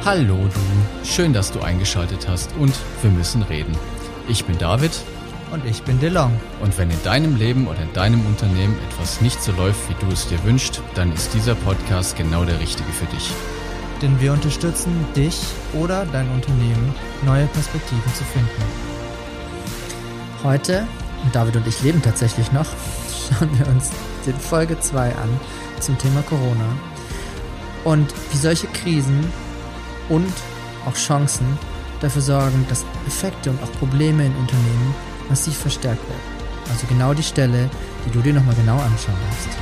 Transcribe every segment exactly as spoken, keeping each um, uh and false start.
Hallo du, schön, dass du eingeschaltet hast und wir müssen reden. Ich bin David. Und ich bin DeLong. Und wenn in deinem Leben oder in deinem Unternehmen etwas nicht so läuft, wie du es dir wünschst, dann ist dieser Podcast genau der richtige für dich. Denn wir unterstützen dich oder dein Unternehmen, neue Perspektiven zu finden. Heute, und David und ich leben tatsächlich noch, schauen wir uns die Folge zwei an zum Thema Corona und wie solche Krisen und auch Chancen dafür sorgen, dass Effekte und auch Probleme in Unternehmen massiv verstärkt werden. Also genau die Stelle, die du dir nochmal genau anschauen darfst.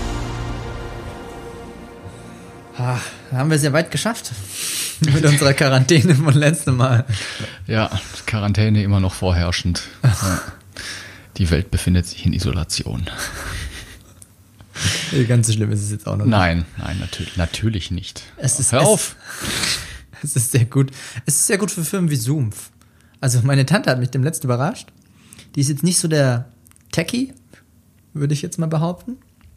Ah, da haben wir sehr weit geschafft mit unserer Quarantäne von letztem Mal. Ja, Quarantäne immer noch vorherrschend. Ja. Die Welt befindet sich in Isolation. Ganz so schlimm ist es jetzt auch noch nicht. Nein, nein, natürlich, natürlich nicht. Es ist, Hör auf! Es, es ist sehr gut. Es ist sehr gut für Firmen wie Zoom. Also meine Tante hat mich dem letzten überrascht. Die ist jetzt nicht so der Techie, würde ich jetzt mal behaupten.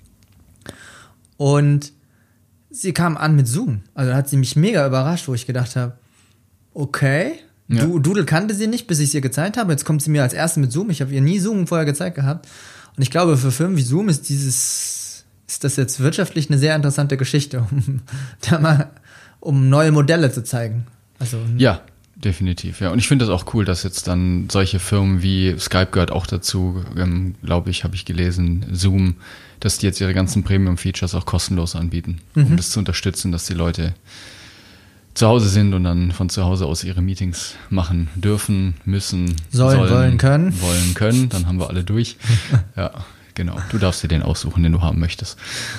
Und sie kam an mit Zoom. Also da hat sie mich mega überrascht, wo ich gedacht habe, okay, ja. du, Doodle kannte sie nicht, bis ich es ihr gezeigt habe. Jetzt kommt sie mir als Erste mit Zoom. Ich habe ihr nie Zoom vorher gezeigt gehabt. Und ich glaube, für Firmen wie Zoom ist dieses, ist das jetzt wirtschaftlich eine sehr interessante Geschichte, um da mal, um neue Modelle zu zeigen. Also ja. Definitiv, ja. Und ich finde das auch cool, dass jetzt dann solche Firmen wie Skype gehört auch dazu, ähm, glaube ich, habe ich gelesen, Zoom, dass die jetzt ihre ganzen Premium-Features auch kostenlos anbieten, mhm. um das zu unterstützen, dass die Leute zu Hause sind und dann von zu Hause aus ihre Meetings machen dürfen, müssen, sollen, sollen wollen, können. Wollen, können, dann haben wir alle durch. Ja, genau. Du darfst dir den aussuchen, den du haben möchtest.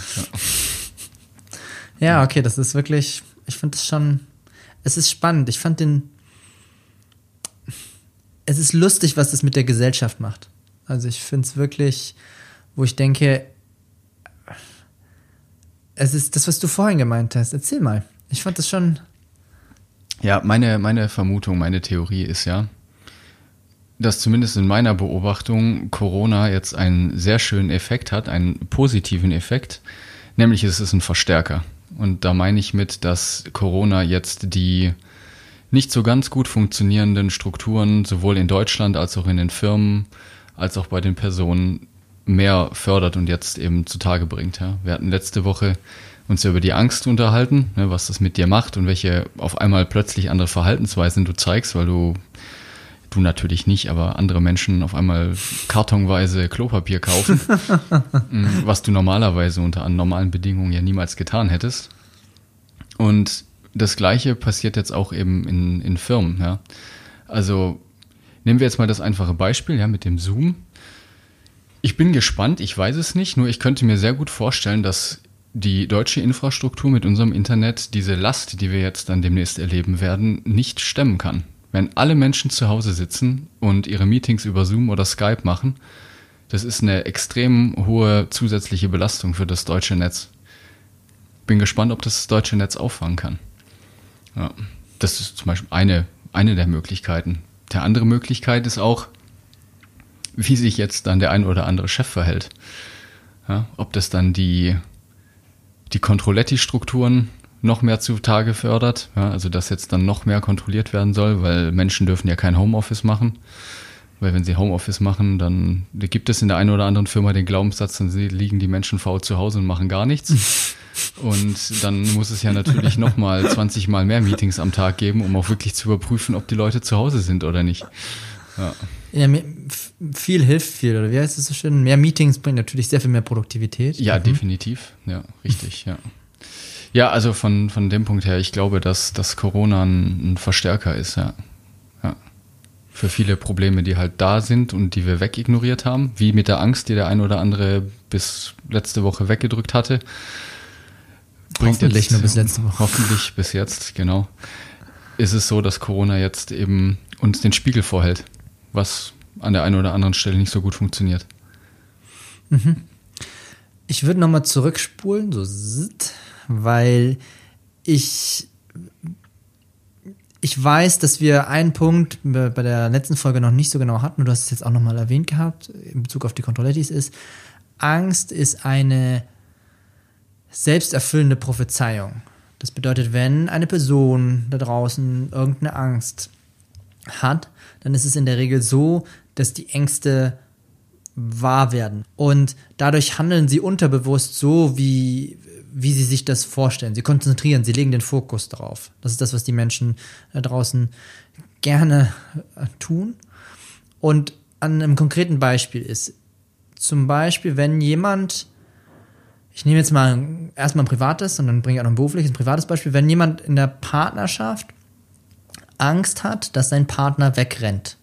Ja, ja, okay, das ist wirklich, ich finde das schon, es ist spannend. Ich fand den Es ist lustig, was das mit der Gesellschaft macht. Also ich finde es wirklich, wo ich denke, es ist das, was du vorhin gemeint hast. Erzähl mal. Ich fand das schon... Ja, meine, meine Vermutung, meine Theorie ist ja, dass zumindest in meiner Beobachtung Corona jetzt einen sehr schönen Effekt hat, einen positiven Effekt, nämlich es ist ein Verstärker. Und da meine ich mit, dass Corona jetzt die nicht so ganz gut funktionierenden Strukturen sowohl in Deutschland als auch in den Firmen als auch bei den Personen mehr fördert und jetzt eben zutage bringt. Ja. Wir hatten letzte Woche uns ja über die Angst unterhalten, ne, was das mit dir macht und welche auf einmal plötzlich andere Verhaltensweisen du zeigst, weil du, du natürlich nicht, aber andere Menschen auf einmal kartonweise Klopapier kaufen, was du normalerweise unter normalen Bedingungen ja niemals getan hättest. Und das Gleiche passiert jetzt auch eben in, in Firmen. Ja. Also nehmen wir jetzt mal das einfache Beispiel, ja, mit dem Zoom. Ich bin gespannt, ich weiß es nicht, nur ich könnte mir sehr gut vorstellen, dass die deutsche Infrastruktur mit unserem Internet diese Last, die wir jetzt dann demnächst erleben werden, nicht stemmen kann. Wenn alle Menschen zu Hause sitzen und ihre Meetings über Zoom oder Skype machen, das ist eine extrem hohe zusätzliche Belastung für das deutsche Netz. Bin gespannt, ob das deutsche Netz auffangen kann. Ja, das ist zum Beispiel eine, eine der Möglichkeiten. Der andere Möglichkeit ist auch, wie sich jetzt dann der ein oder andere Chef verhält. Ja, ob das dann die, die Controletti-Strukturen noch mehr zutage fördert, ja, also dass jetzt dann noch mehr kontrolliert werden soll, weil Menschen dürfen ja kein Homeoffice machen. Weil wenn sie Homeoffice machen, dann gibt es in der einen oder anderen Firma den Glaubenssatz, dann liegen die Menschen faul zu Hause und machen gar nichts. Und dann muss es ja natürlich nochmal zwanzig Mal mehr Meetings am Tag geben, um auch wirklich zu überprüfen, ob die Leute zu Hause sind oder nicht. Ja, ja viel hilft viel, oder wie heißt es so schön? Mehr Meetings bringen natürlich sehr viel mehr Produktivität. Ja, mhm. definitiv. Ja, richtig, ja. Ja, also von, von dem Punkt her, ich glaube, dass, dass Corona ein, ein Verstärker ist, ja. Ja. Für viele Probleme, die halt da sind und die wir wegignoriert haben, wie mit der Angst, die der ein oder andere bis letzte Woche weggedrückt hatte. Bringt hoffentlich jetzt, nur bis letzte Woche. Hoffentlich bis jetzt, genau. Ist es so, dass Corona jetzt eben uns den Spiegel vorhält, was an der einen oder anderen Stelle nicht so gut funktioniert. Mhm. Ich würde nochmal zurückspulen, so, weil ich ich weiß, dass wir einen Punkt bei der letzten Folge noch nicht so genau hatten, und du hast es jetzt auch nochmal erwähnt gehabt, in Bezug auf die Controlettis, ist, Angst ist eine selbsterfüllende Prophezeiung. Das bedeutet, wenn eine Person da draußen irgendeine Angst hat, dann ist es in der Regel so, dass die Ängste wahr werden. Und dadurch handeln sie unterbewusst so, wie, wie sie sich das vorstellen. Sie konzentrieren, sie legen den Fokus drauf. Das ist das, was die Menschen da draußen gerne tun. Und an einem konkreten Beispiel ist, zum Beispiel, wenn jemand, ich nehme jetzt mal erstmal ein privates und dann bringe ich auch noch ein berufliches, ein privates Beispiel, wenn jemand in der Partnerschaft Angst hat, dass sein Partner wegrennt,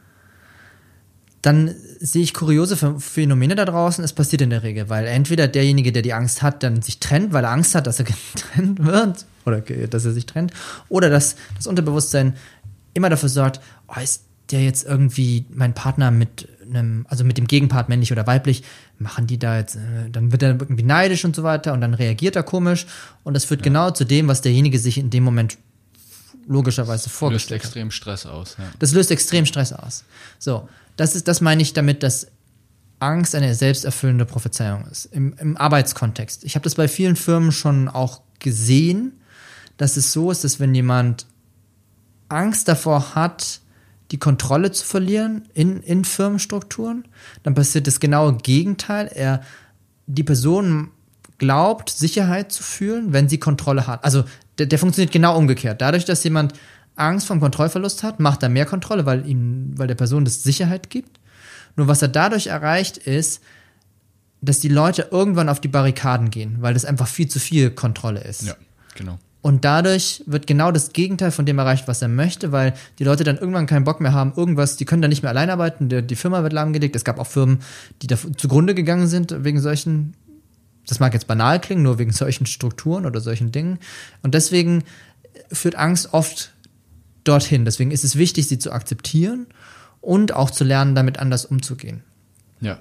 dann sehe ich kuriose Phänomene da draußen. Es passiert in der Regel, weil entweder derjenige, der die Angst hat, dann sich trennt, weil er Angst hat, dass er getrennt wird oder dass er sich trennt, oder dass das Unterbewusstsein immer dafür sorgt, oh, ist der jetzt irgendwie mein Partner mit einem, also mit dem Gegenpart, männlich oder weiblich, machen die da jetzt, dann wird er irgendwie neidisch und so weiter und dann reagiert er komisch und das führt ja. genau zu dem, was derjenige sich in dem Moment logischerweise vorgestellt hat. Das löst extrem Stress aus. Ja. Das löst extrem Stress aus. So, das ist, das meine ich damit, dass Angst eine selbsterfüllende Prophezeiung ist. Im, im Arbeitskontext. Ich habe das bei vielen Firmen schon auch gesehen, dass es so ist, dass wenn jemand Angst davor hat, die Kontrolle zu verlieren in, in Firmenstrukturen, dann passiert das genaue Gegenteil. Er, die Person glaubt, Sicherheit zu fühlen, wenn sie Kontrolle hat. Also der, der funktioniert genau umgekehrt. Dadurch, dass jemand Angst vor dem Kontrollverlust hat, macht er mehr Kontrolle, weil ihm, weil der Person das Sicherheit gibt. Nur was er dadurch erreicht, ist, dass die Leute irgendwann auf die Barrikaden gehen, weil das einfach viel zu viel Kontrolle ist. Ja, genau. Und dadurch wird genau das Gegenteil von dem erreicht, was er möchte, weil die Leute dann irgendwann keinen Bock mehr haben, irgendwas, die können dann nicht mehr allein arbeiten, die, die Firma wird lahmgelegt. Es gab auch Firmen, die da zugrunde gegangen sind wegen solchen, das mag jetzt banal klingen, nur wegen solchen Strukturen oder solchen Dingen. Und deswegen führt Angst oft dorthin. Deswegen ist es wichtig, sie zu akzeptieren und auch zu lernen, damit anders umzugehen. Ja.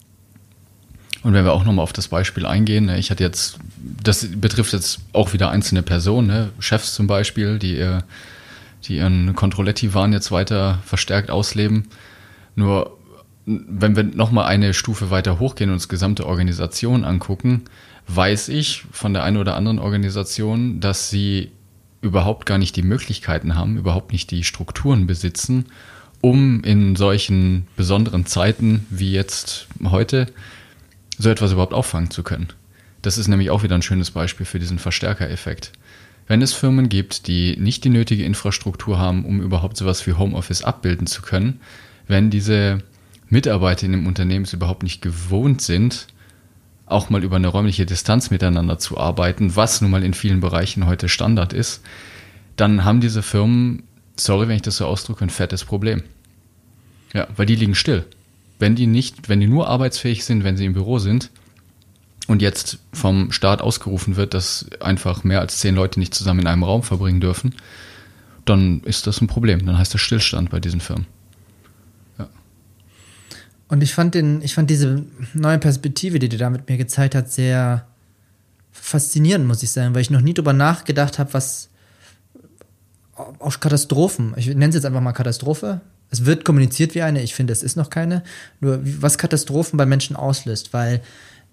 Und wenn wir auch nochmal auf das Beispiel eingehen, ne, ich hatte jetzt, das betrifft jetzt auch wieder einzelne Personen, ne, Chefs zum Beispiel, die, ihr, die ihren Controletti-Wahn jetzt weiter verstärkt ausleben. Nur wenn wir nochmal eine Stufe weiter hochgehen und uns gesamte Organisation angucken, weiß ich von der einen oder anderen Organisation, dass sie überhaupt gar nicht die Möglichkeiten haben, überhaupt nicht die Strukturen besitzen, um in solchen besonderen Zeiten wie jetzt heute so etwas überhaupt auffangen zu können. Das ist nämlich auch wieder ein schönes Beispiel für diesen Verstärkereffekt. Wenn es Firmen gibt, die nicht die nötige Infrastruktur haben, um überhaupt sowas wie Homeoffice abbilden zu können, wenn diese Mitarbeiter in dem Unternehmen es überhaupt nicht gewohnt sind, auch mal über eine räumliche Distanz miteinander zu arbeiten, was nun mal in vielen Bereichen heute Standard ist, dann haben diese Firmen, sorry, wenn ich das so ausdrücke, ein fettes Problem. Ja, weil die liegen still. Wenn die nicht, wenn die nur arbeitsfähig sind, wenn sie im Büro sind und jetzt vom Staat ausgerufen wird, dass einfach mehr als zehn Leute nicht zusammen in einem Raum verbringen dürfen, dann ist das ein Problem. Dann heißt das Stillstand bei diesen Firmen. Ja. Und ich fand den, ich fand diese neue Perspektive, die du da mit mir gezeigt hast, sehr faszinierend, muss ich sagen, weil ich noch nie drüber nachgedacht habe, was auch Katastrophen, ich nenne es jetzt einfach mal Katastrophe. Es wird kommuniziert wie eine, ich finde, es ist noch keine. Nur was Katastrophen bei Menschen auslöst, weil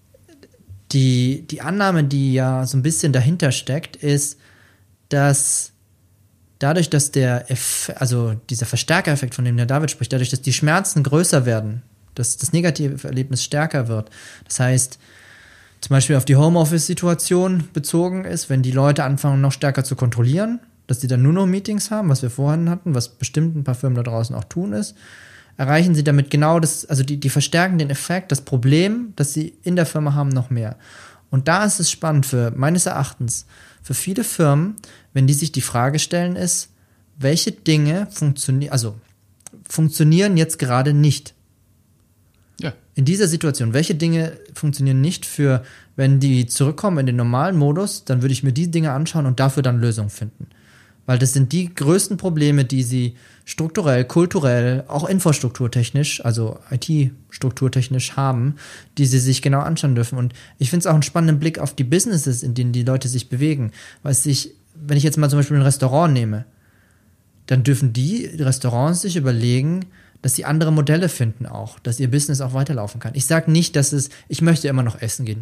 die, die Annahme, die ja so ein bisschen dahinter steckt, ist, dass dadurch, dass der, Eff- also dieser Verstärkereffekt, von dem der David spricht, dadurch, dass die Schmerzen größer werden, dass das negative Erlebnis stärker wird. Das heißt, zum Beispiel auf die Homeoffice-Situation bezogen ist, wenn die Leute anfangen, noch stärker zu kontrollieren, dass die dann nur noch Meetings haben, was wir vorhin hatten, was bestimmt ein paar Firmen da draußen auch tun ist, erreichen sie damit genau das, also die, die verstärken den Effekt, das Problem, das sie in der Firma haben, noch mehr. Und da ist es spannend für, meines Erachtens, für viele Firmen, wenn die sich die Frage stellen ist, welche Dinge funktionieren, also funktionieren jetzt gerade nicht. Ja. In dieser Situation, welche Dinge funktionieren nicht für, wenn die zurückkommen in den normalen Modus, dann würde ich mir die Dinge anschauen und dafür dann Lösungen finden. Weil das sind die größten Probleme, die sie strukturell, kulturell, auch infrastrukturtechnisch, also I T-strukturtechnisch haben, die sie sich genau anschauen dürfen. Und ich finde es auch einen spannenden Blick auf die Businesses, in denen die Leute sich bewegen. Weil sich, wenn ich jetzt mal zum Beispiel ein Restaurant nehme, dann dürfen die Restaurants sich überlegen, dass sie andere Modelle finden auch, dass ihr Business auch weiterlaufen kann. Ich sage nicht, dass es, ich möchte immer noch essen gehen.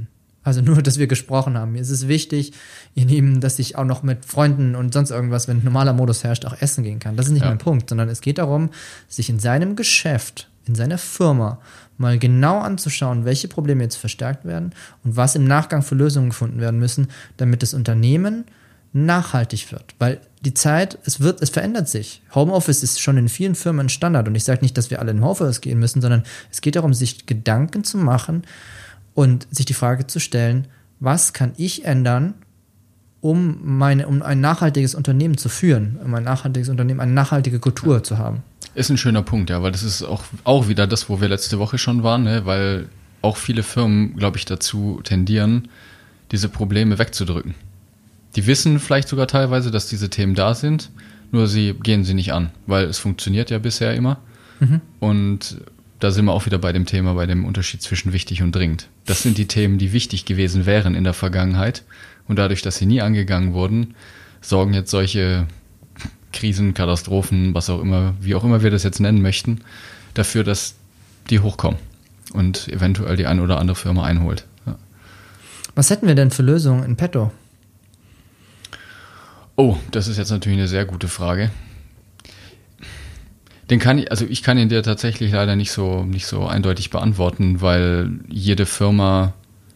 Also nur, dass wir gesprochen haben. Mir ist es wichtig, ihr Lieben, dass ich auch noch mit Freunden und sonst irgendwas, wenn normaler Modus herrscht, auch essen gehen kann. Das ist nicht ja. mein Punkt, sondern es geht darum, sich in seinem Geschäft, in seiner Firma mal genau anzuschauen, welche Probleme jetzt verstärkt werden und was im Nachgang für Lösungen gefunden werden müssen, damit das Unternehmen nachhaltig wird. Weil die Zeit, es wird, es verändert sich. Homeoffice ist schon in vielen Firmen ein Standard und ich sage nicht, dass wir alle in Homeoffice gehen müssen, sondern es geht darum, sich Gedanken zu machen und sich die Frage zu stellen, was kann ich ändern, um meine, um ein nachhaltiges Unternehmen zu führen, um ein nachhaltiges Unternehmen, eine nachhaltige Kultur ja. zu haben. Ist ein schöner Punkt, ja, weil das ist auch, auch wieder das, wo wir letzte Woche schon waren, ne? Weil auch viele Firmen, glaube ich, dazu tendieren, diese Probleme wegzudrücken. Die wissen vielleicht sogar teilweise, dass diese Themen da sind, nur sie gehen sie nicht an, weil es funktioniert ja bisher immer. Mhm. Und da sind wir auch wieder bei dem Thema, bei dem Unterschied zwischen wichtig und dringend. Das sind die Themen, die wichtig gewesen wären in der Vergangenheit. Und dadurch, dass sie nie angegangen wurden, sorgen jetzt solche Krisen, Katastrophen, was auch immer, wie auch immer wir das jetzt nennen möchten, dafür, dass die hochkommen und eventuell die eine oder andere Firma einholt. Ja. Was hätten wir denn für Lösungen in petto? Oh, das ist jetzt natürlich eine sehr gute Frage. Den kann ich, also ich kann ihn dir tatsächlich leider nicht so, nicht so eindeutig beantworten, weil jede Firma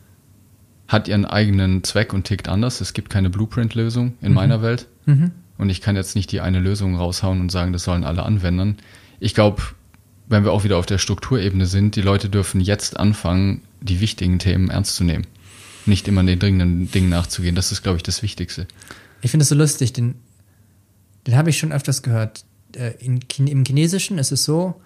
hat ihren eigenen Zweck und tickt anders. Es gibt keine Blueprint-Lösung in mhm. meiner Welt. Mhm. Und ich kann jetzt nicht die eine Lösung raushauen und sagen, das sollen alle anwenden. Ich glaube, wenn wir auch wieder auf der Strukturebene sind, die Leute dürfen jetzt anfangen, die wichtigen Themen ernst zu nehmen. Nicht immer den dringenden Dingen nachzugehen. Das ist, glaube ich, das Wichtigste. Ich finde es so lustig, den, den habe ich schon öfters gehört. In, Im Chinesischen ist es so,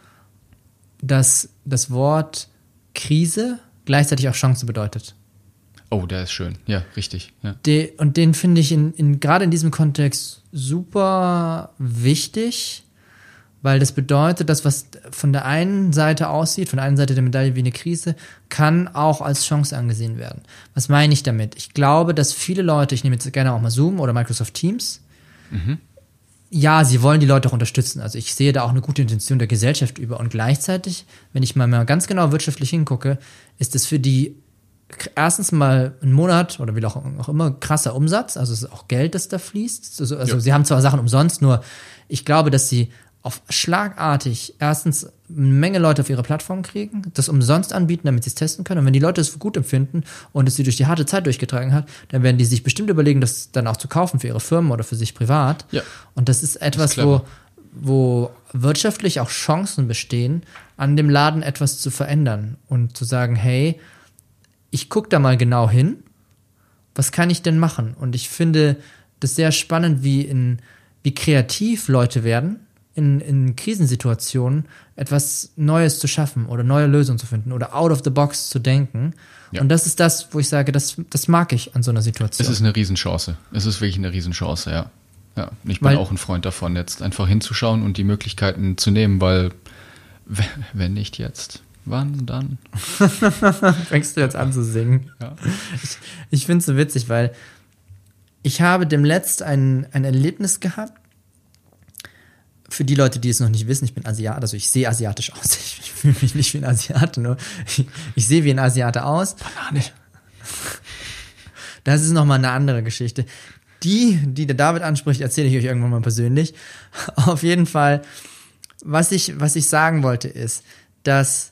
dass das Wort Krise gleichzeitig auch Chance bedeutet. Oh, der ist schön. Ja, richtig. Ja. De, und den finde ich in, in, gerade in diesem Kontext super wichtig, weil das bedeutet, dass was von der einen Seite aussieht, von der einen Seite der Medaille wie eine Krise, kann auch als Chance angesehen werden. Was meine ich damit? Ich glaube, dass viele Leute, ich nehme jetzt gerne auch mal Zoom oder Microsoft Teams, mhm. ja, sie wollen die Leute auch unterstützen. Also ich sehe da auch eine gute Intention der Gesellschaft über. Und gleichzeitig, wenn ich mal, mal ganz genau wirtschaftlich hingucke, ist es für die erstens mal ein Monat oder wie auch, auch immer krasser Umsatz. Also es ist auch Geld, das da fließt. Also, also ja. sie haben zwar Sachen umsonst, nur ich glaube, dass sie auf schlagartig erstens eine Menge Leute auf ihre Plattform kriegen, das umsonst anbieten, damit sie es testen können. Und wenn die Leute es für gut empfinden und es sie durch die harte Zeit durchgetragen hat, dann werden die sich bestimmt überlegen, das dann auch zu kaufen für ihre Firmen oder für sich privat. Ja. Und das ist etwas, das ist wo, wo wirtschaftlich auch Chancen bestehen, an dem Laden etwas zu verändern und zu sagen, hey, ich gucke da mal genau hin, was kann ich denn machen? Und ich finde das sehr spannend, wie, in, wie kreativ Leute werden, In, in Krisensituationen etwas Neues zu schaffen oder neue Lösungen zu finden oder out of the box zu denken. Ja. Und das ist das, wo ich sage, das, das mag ich an so einer Situation. Es ist eine Riesenchance. Es ist wirklich eine Riesenchance, ja. ja. Ich bin weil, auch ein Freund davon, jetzt einfach hinzuschauen und die Möglichkeiten zu nehmen, weil wenn nicht jetzt, wann dann? Fängst du jetzt an zu singen? Ja. Ich, ich finde es so witzig, weil ich habe demnächst ein, ein Erlebnis gehabt. Für die Leute, die es noch nicht wissen, ich bin Asiat, also ich sehe asiatisch aus. Ich, ich fühle mich nicht wie ein Asiate, nur ich, ich sehe wie ein Asiate aus. Banane. Das ist nochmal eine andere Geschichte. Die, die der David anspricht, erzähle ich euch irgendwann mal persönlich. Auf jeden Fall, was ich, was ich sagen wollte, ist, dass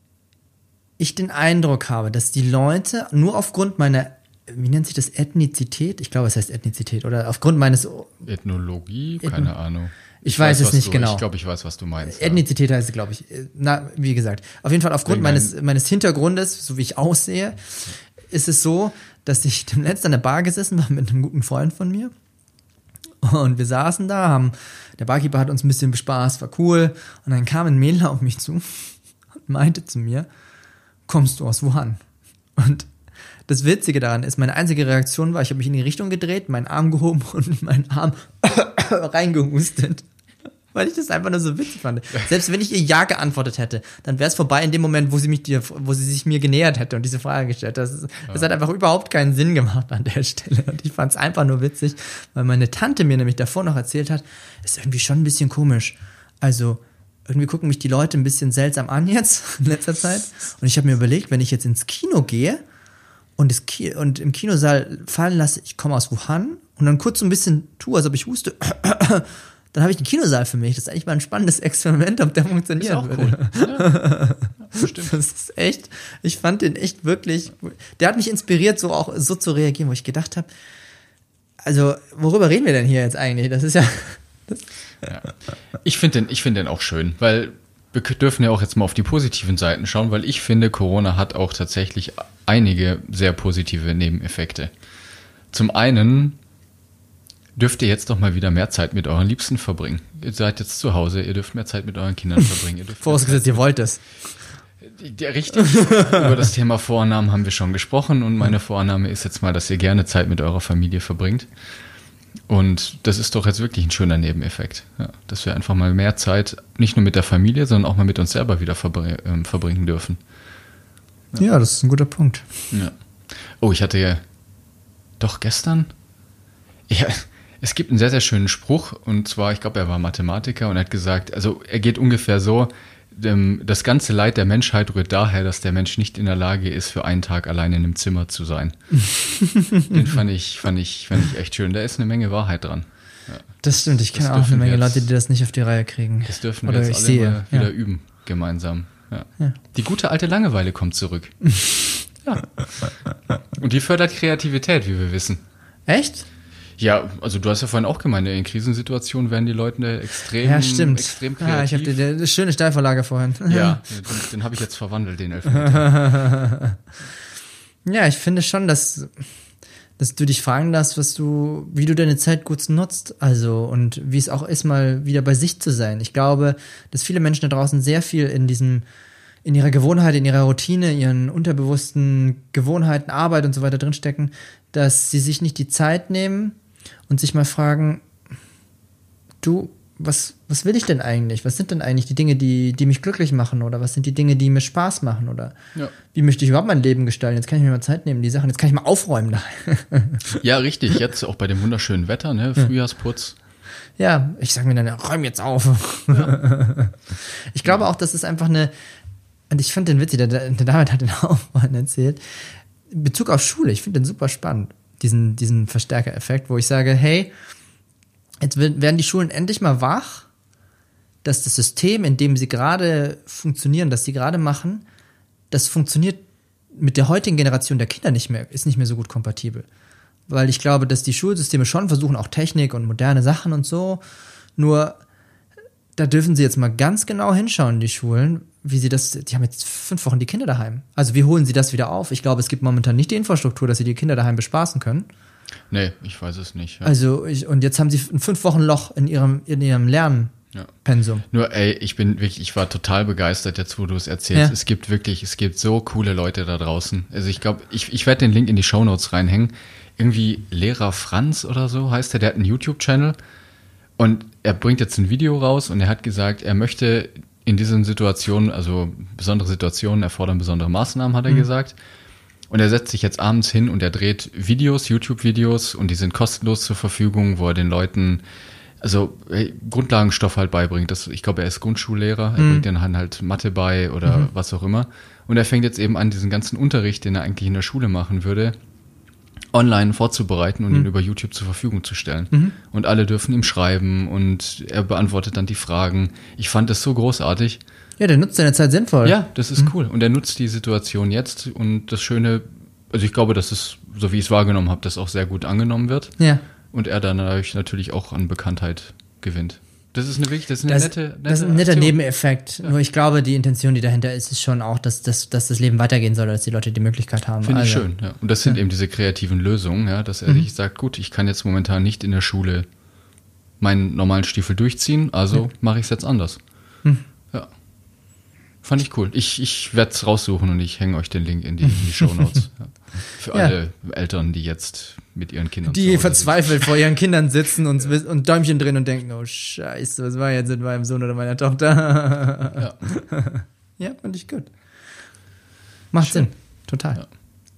ich den Eindruck habe, dass die Leute nur aufgrund meiner, wie nennt sich das, Ethnizität? Ich glaube, es heißt Ethnizität, oder aufgrund meines... Ethnologie? Keine Ethno- Ahnung. Ich, ich weiß, weiß es nicht du, genau. Ich glaube, ich weiß, was du meinst. Ethnizität heißt es, glaube ich. Na, wie gesagt. Auf jeden Fall aufgrund meines, meines Hintergrundes, so wie ich aussehe, ist es so, dass ich demnächst an der Bar gesessen war mit einem guten Freund von mir. Und wir saßen da, haben, der Barkeeper hat uns ein bisschen bespaßt, war cool. Und dann kam ein Mädel auf mich zu und meinte zu mir, kommst du aus Wuhan? Und das Witzige daran ist, meine einzige Reaktion war, ich habe mich in die Richtung gedreht, meinen Arm gehoben und meinen Arm reingehustet, weil ich das einfach nur so witzig fand. Selbst wenn ich ihr Ja geantwortet hätte, dann wäre es vorbei in dem Moment, wo sie mich dir, wo sie sich mir genähert hätte und diese Frage gestellt. Das, ist, das hat einfach überhaupt keinen Sinn gemacht an der Stelle. Und ich fand es einfach nur witzig, weil meine Tante mir nämlich davor noch erzählt hat, ist irgendwie schon ein bisschen komisch. Also irgendwie gucken mich die Leute ein bisschen seltsam an jetzt in letzter Zeit. Und ich habe mir überlegt, wenn ich jetzt ins Kino gehe und, das Ki- und im Kinosaal fallen lasse, ich komme aus Wuhan und dann kurz so ein bisschen tue, als ob ich huste, dann habe ich den Kinosaal für mich. Das ist eigentlich mal ein spannendes Experiment, ob der funktioniert. Ist auch cool. Ja. Ja, stimmt. Das ist echt, ich fand den echt wirklich, der hat mich inspiriert, so auch so zu reagieren, wo ich gedacht habe, also worüber reden wir denn hier jetzt eigentlich? Das ist ja... Das ja. Ich finde den, ich find den auch schön, weil wir dürfen ja auch jetzt mal auf die positiven Seiten schauen, weil ich finde, Corona hat auch tatsächlich einige sehr positive Nebeneffekte. Zum einen dürft ihr jetzt doch mal wieder mehr Zeit mit euren Liebsten verbringen. Ihr seid jetzt zu Hause, ihr dürft mehr Zeit mit euren Kindern verbringen. Ihr dürft Vorausgesetzt, ihr wollt es. Ja, richtig. Über das Thema Vornamen haben wir schon gesprochen und meine Vorname ist jetzt mal, dass ihr gerne Zeit mit eurer Familie verbringt. Und das ist doch jetzt wirklich ein schöner Nebeneffekt, ja, dass wir einfach mal mehr Zeit nicht nur mit der Familie, sondern auch mal mit uns selber wieder verbr- äh, verbringen dürfen. Ja. ja, das ist ein guter Punkt. Ja. Oh, ich hatte ja doch gestern, ja, es gibt einen sehr, sehr schönen Spruch und zwar, ich glaube, er war Mathematiker und er hat gesagt, also er geht ungefähr so, das ganze Leid der Menschheit rührt daher, dass der Mensch nicht in der Lage ist, für einen Tag allein in einem Zimmer zu sein. Den fand ich, fand ich, fand ich echt schön. Da ist eine Menge Wahrheit dran. Ja. Das stimmt, ich kenne auch eine Menge jetzt, Leute, die das nicht auf die Reihe kriegen. Das dürfen Oder wir jetzt ich alle sehe, mal wieder ja. üben, gemeinsam. Ja. Ja. Die gute alte Langeweile kommt zurück. Ja. Und die fördert Kreativität, wie wir wissen. Echt? Ja, also du hast ja vorhin auch gemeint, in Krisensituationen werden die Leute extrem, ja, stimmt. extrem kreativ. Ja, ich habe die, die schöne Steilvorlage vorhin. Ja, den, den habe ich jetzt verwandelt, den Elfmeter. Ja, ich finde schon, dass, dass du dich fragen darfst, was du, wie du deine Zeit gut nutzt, also und wie es auch ist, mal wieder bei sich zu sein. Ich glaube, dass viele Menschen da draußen sehr viel in diesem, in ihrer Gewohnheit, in ihrer Routine, ihren unterbewussten Gewohnheiten, Arbeit und so weiter drinstecken, dass sie sich nicht die Zeit nehmen und sich mal fragen, du, was, was will ich denn eigentlich? Was sind denn eigentlich die Dinge, die, die mich glücklich machen? Oder was sind die Dinge, die mir Spaß machen? Oder ja. Wie möchte ich überhaupt mein Leben gestalten? Jetzt kann ich mir mal Zeit nehmen, die Sachen, jetzt kann ich mal aufräumen da. Ja, richtig. Jetzt auch bei dem wunderschönen Wetter, ne? Frühjahrsputz. Ja, ich sag mir dann, räum jetzt auf. Ja. Ich glaube auch, das ist einfach eine, und ich finde den witzig, der, der David hat den auch vorhin erzählt, in Bezug auf Schule, ich finde den super spannend, diesen, diesen Verstärker-Effekt, wo ich sage, hey, jetzt werden die Schulen endlich mal wach, dass das System, in dem sie gerade funktionieren, das sie gerade machen, das funktioniert mit der heutigen Generation der Kinder nicht mehr, ist nicht mehr so gut kompatibel. Weil ich glaube, dass die Schulsysteme schon versuchen, auch Technik und moderne Sachen und so, nur da dürfen sie jetzt mal ganz genau hinschauen, die Schulen, wie sie das, die haben jetzt fünf Wochen die Kinder daheim. Also wie holen sie das wieder auf? Ich glaube, es gibt momentan nicht die Infrastruktur, dass sie die Kinder daheim bespaßen können. Nee, ich weiß es nicht. Ja. Also, ich, und jetzt haben sie ein fünf Wochen Loch in ihrem, in ihrem Lernpensum. Ja. Nur, ey, ich bin wirklich, ich war total begeistert jetzt, wo du es erzählst. Ja. Es gibt wirklich, es gibt so coole Leute da draußen. Also ich glaube, ich, ich werde den Link in die Shownotes reinhängen. Irgendwie Lehrer Franz oder so heißt der, der hat einen YouTube-Channel und er bringt jetzt ein Video raus und er hat gesagt, er möchte in diesen Situationen, also besondere Situationen erfordern besondere Maßnahmen, hat er mhm. gesagt. Und er setzt sich jetzt abends hin und er dreht Videos, YouTube-Videos und die sind kostenlos zur Verfügung, wo er den Leuten also hey, Grundlagenstoff halt beibringt. Das, ich glaube, er ist Grundschullehrer, er mhm. bringt denen halt Mathe bei oder mhm. was auch immer. Und er fängt jetzt eben an, diesen ganzen Unterricht, den er eigentlich in der Schule machen würde, online vorzubereiten und mhm. ihn über YouTube zur Verfügung zu stellen. Mhm. Und alle dürfen ihm schreiben und er beantwortet dann die Fragen. Ich fand das so großartig. Ja, der nutzt seine Zeit sinnvoll. Ja, das ist mhm. cool. Und er nutzt die Situation jetzt und das Schöne, also ich glaube, dass es, so wie ich es wahrgenommen habe, das auch sehr gut angenommen wird. Ja. Und er dann natürlich auch an Bekanntheit gewinnt. Das ist eine wirklich, das ist eine das, nette, nette Das ist ein netter Aktion. Nebeneffekt. Ja. Nur ich glaube, die Intention, die dahinter ist, ist schon auch, dass, dass, dass das Leben weitergehen soll, dass die Leute die Möglichkeit haben. Finde ich also. schön, ja. Und das sind ja. eben diese kreativen Lösungen, ja, dass er mhm. sich sagt, gut, ich kann jetzt momentan nicht in der Schule meinen normalen Stiefel durchziehen, also mhm. mache ich es jetzt anders. Mhm. Ja. Fand ich cool. Ich, ich werde es raussuchen und ich hänge euch den Link in die, in die Shownotes. Ja. Für ja. alle Eltern, die jetzt mit ihren Kindern Die verzweifelt vor ihren Kindern sitzen und, ja. und Däumchen drehen und denken, oh Scheiße, was war jetzt mit meinem Sohn oder meiner Tochter? Ja, ja fand ich gut. Macht Schön. Sinn, total. Ja.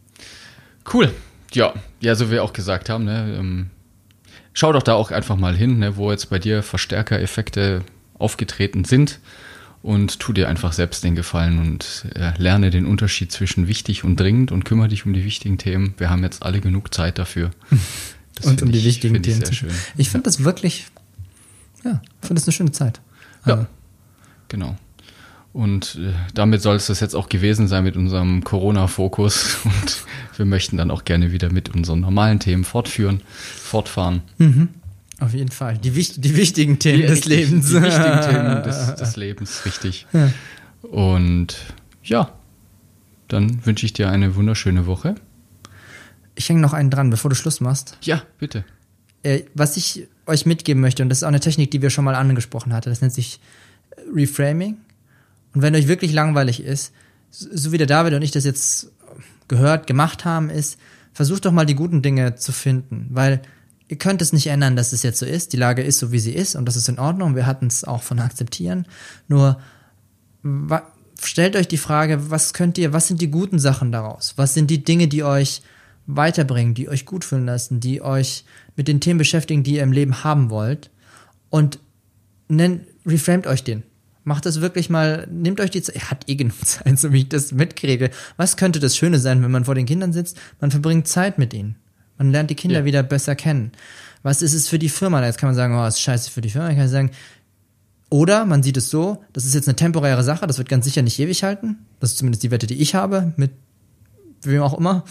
Cool. Ja, ja, so wie wir auch gesagt haben, ne, ähm, schau doch da auch einfach mal hin, ne, wo jetzt bei dir Verstärkereffekte aufgetreten sind. und tu dir einfach selbst den Gefallen und äh, lerne den Unterschied zwischen wichtig und dringend und kümmere dich um die wichtigen Themen. Wir haben jetzt alle genug Zeit dafür. Das und um die ich, wichtigen Themen. Ich, sehr schön. ich finde das wirklich, ja, ich finde das eine schöne Zeit. Ja, also. Genau. Und äh, damit soll es das jetzt auch gewesen sein mit unserem Corona-Fokus. Und wir möchten dann auch gerne wieder mit unseren normalen Themen fortführen, fortfahren. Mhm. Auf jeden Fall. Die, die wichtigen Themen die, des die, Lebens. Die wichtigen Themen des, des Lebens, richtig. Ja. Und ja, dann wünsche ich dir eine wunderschöne Woche. Ich hänge noch einen dran, bevor du Schluss machst. Ja, bitte. Äh, was ich euch mitgeben möchte, und das ist auch eine Technik, die wir schon mal angesprochen hatten, das nennt sich Reframing. Und wenn euch wirklich langweilig ist, so wie der David und ich das jetzt gehört, gemacht haben, ist, versucht doch mal die guten Dinge zu finden, weil ihr könnt es nicht ändern, dass es jetzt so ist. Die Lage ist so, wie sie ist und das ist in Ordnung. Wir hatten es auch von akzeptieren. Nur wa- stellt euch die Frage, was könnt ihr, was sind die guten Sachen daraus? Was sind die Dinge, die euch weiterbringen, die euch gut fühlen lassen, die euch mit den Themen beschäftigen, die ihr im Leben haben wollt? Und nennt, reframet euch den. Macht das wirklich mal, nehmt euch die Zeit, ihr habt eh genug Zeit, so wie ich das mitkriege. Was könnte das Schöne sein, wenn man vor den Kindern sitzt? Man verbringt Zeit mit ihnen. Man lernt die Kinder ja. wieder besser kennen. Was ist es für die Firma? Jetzt kann man sagen, oh, das ist scheiße für die Firma. Ich kann sagen, oder man sieht es so, das ist jetzt eine temporäre Sache, das wird ganz sicher nicht ewig halten. Das ist zumindest die Wette, die ich habe, mit wem auch immer.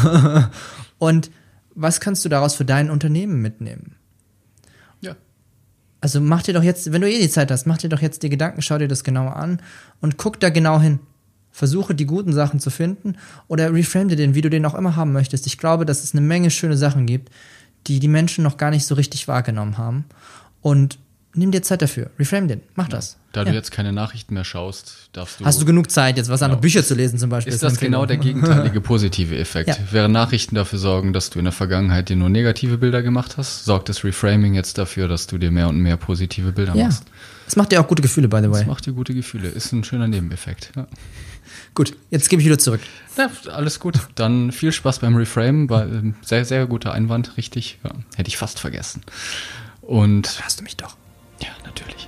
Und was kannst du daraus für dein Unternehmen mitnehmen? Ja. Also mach dir doch jetzt, wenn du eh die Zeit hast, mach dir doch jetzt die Gedanken, schau dir das genauer an und guck da genau hin. Versuche die guten Sachen zu finden oder reframe dir den, wie du den auch immer haben möchtest. Ich glaube, dass es eine Menge schöne Sachen gibt, die die Menschen noch gar nicht so richtig wahrgenommen haben. Und nimm dir Zeit dafür. Reframe den. Mach das. Da ja. du jetzt keine Nachrichten mehr schaust, darfst du... Hast du genug Zeit, jetzt was genau. andere Bücher zu lesen zum Beispiel? Ist das genau der gegenteilige positive Effekt? Ja. Während Nachrichten dafür sorgen, dass du in der Vergangenheit dir nur negative Bilder gemacht hast, sorgt das Reframing jetzt dafür, dass du dir mehr und mehr positive Bilder ja. machst. Das macht dir auch gute Gefühle, by the way. Das macht dir gute Gefühle. Ist ein schöner Nebeneffekt. Ja. Gut, jetzt gebe ich wieder zurück. Ja, alles gut. Dann viel Spaß beim Reframen. War ein sehr, sehr guter Einwand, richtig. Ja, hätte ich fast vergessen. Und hörst du mich doch? Ja, natürlich.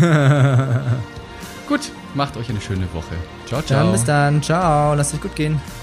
Gut, macht euch eine schöne Woche. Ciao, ciao. Dann bis dann. Ciao. Lasst euch gut gehen.